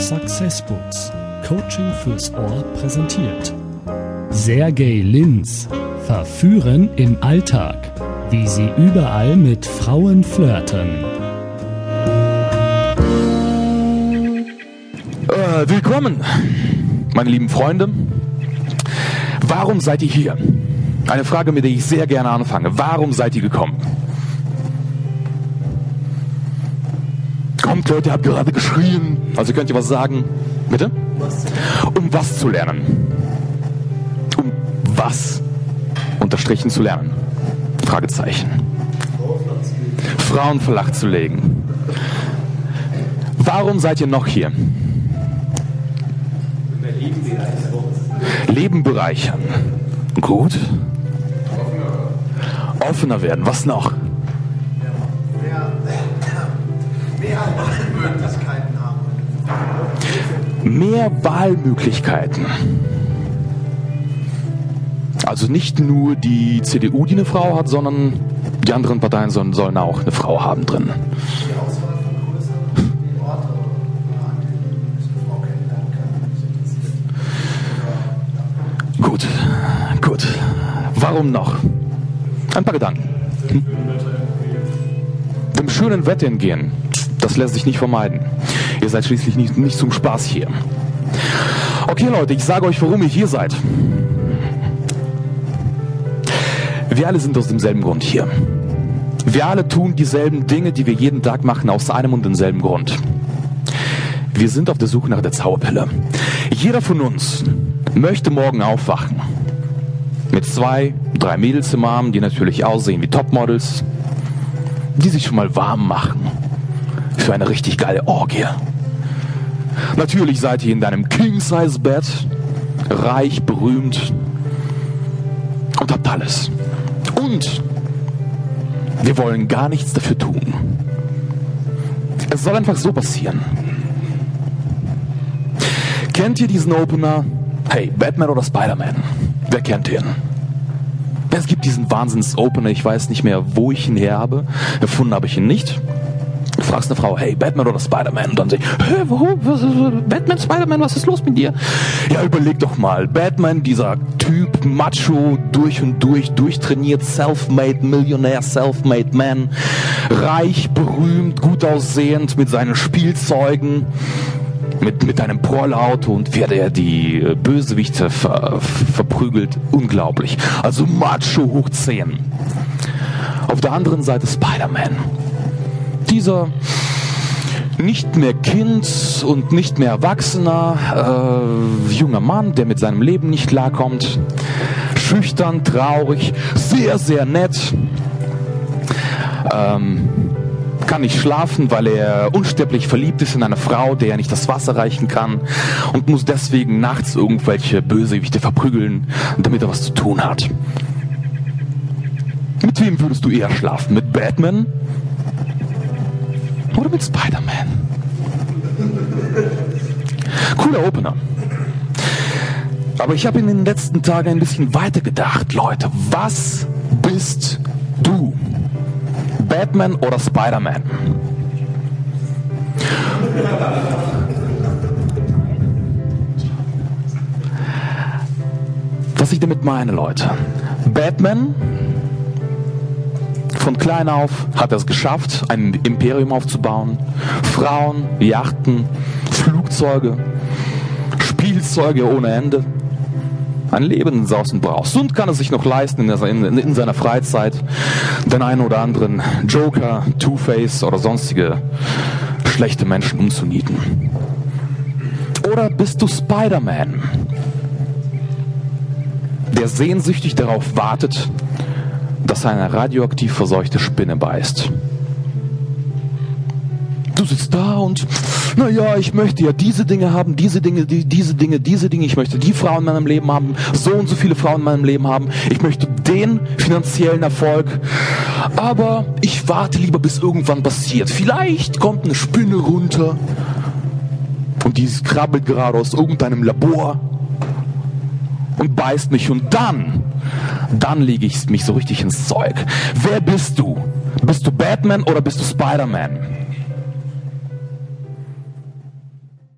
Success Books. Coaching fürs Ohr präsentiert. Sergey Linz. Verführen im Alltag. Wie Sie überall mit Frauen flirten. Willkommen, meine lieben Freunde. Warum seid ihr hier? Eine Frage, mit der ich sehr gerne anfange. Warum seid ihr gekommen? Kommt, Leute, ihr habt gerade geschrien. Also könnt ihr was sagen? Bitte? Um was zu lernen? Um was unterstrichen zu lernen? Fragezeichen. Frauen flach zu legen. Warum seid ihr noch hier? Leben bereichern. Gut. Offener werden. Was noch? Mehr Wahlmöglichkeiten haben. Mehr Wahlmöglichkeiten. Also nicht nur die CDU, die eine Frau hat, sondern die anderen Parteien sollen auch eine Frau haben drin. Die Auswahl von größeren Orte, an denen eine Frau kennenlernen kann. Gut. Warum noch? Ein paar Gedanken. Dem schönen Wetter entgehen. Das lässt sich nicht vermeiden. Ihr seid schließlich nicht zum Spaß hier. Okay, Leute, ich sage euch, warum ihr hier seid. Wir alle sind aus demselben Grund hier. Wir alle tun dieselben Dinge, die wir jeden Tag machen, aus einem und demselben Grund. Wir sind auf der Suche nach der Zauberpille. Jeder von uns möchte morgen aufwachen. Mit 2, 3 Mädels im Arm, die natürlich aussehen wie Topmodels, die sich schon mal warm machen für eine richtig geile Orgie. Natürlich seid ihr in deinem King-Size-Bett, reich, berühmt und habt alles. Und wir wollen gar nichts dafür tun. Es soll einfach so passieren. Kennt ihr diesen Opener? Hey, Batman oder Spider-Man? Wer kennt den? Es gibt diesen Wahnsinns-Opener, ich weiß nicht mehr, wo ich ihn her habe. Erfunden habe ich ihn nicht. Du fragst eine Frau, hey, Batman oder Spider-Man? Und dann sagt Batman, Spider-Man, was ist los mit dir? Ja, überleg doch mal. Batman, dieser Typ, Macho, durch und durch, durchtrainiert, self-made Millionär, self-made Man, reich, berühmt, gut aussehend, mit seinen Spielzeugen, mit einem Prolauto und wie er die Bösewichte verprügelt. Unglaublich. Also Macho hoch 10. Auf der anderen Seite Spider-Man. Dieser nicht mehr Kind und nicht mehr Erwachsener junger Mann, der mit seinem Leben nicht klarkommt. Schüchtern, traurig, sehr, sehr nett. Kann nicht schlafen, weil er unsterblich verliebt ist in eine Frau, der er nicht das Wasser reichen kann und muss deswegen nachts irgendwelche Bösewichte verprügeln, damit er was zu tun hat. Mit wem würdest du eher schlafen? Mit Batman oder mit Spider-Man? Cooler Opener. Aber ich habe in den letzten Tagen ein bisschen weiter gedacht. Leute, was bist du? Batman oder Spider-Man? Was ich damit meine, Leute. Batman, von klein auf hat er es geschafft, ein Imperium aufzubauen. Frauen, Yachten, Flugzeuge, Spielzeuge ohne Ende. Ein Leben in Saus und Braus. Und kann es sich noch leisten, in seiner Freizeit den einen oder anderen Joker, Two-Face oder sonstige schlechte Menschen umzunieten. Oder bist du Spider-Man, der sehnsüchtig darauf wartet, dass eine radioaktiv verseuchte Spinne beißt? Du sitzt da und, naja, ich möchte ja diese Dinge haben, diese Dinge, ich möchte die Frauen in meinem Leben haben, so und so viele Frauen in meinem Leben haben, ich möchte den finanziellen Erfolg, aber ich warte lieber, bis irgendwann passiert. Vielleicht kommt eine Spinne runter und die krabbelt gerade aus irgendeinem Labor und beißt mich und dann lege ich mich so richtig ins Zeug. Wer bist du? Bist du Batman oder bist du Spider-Man?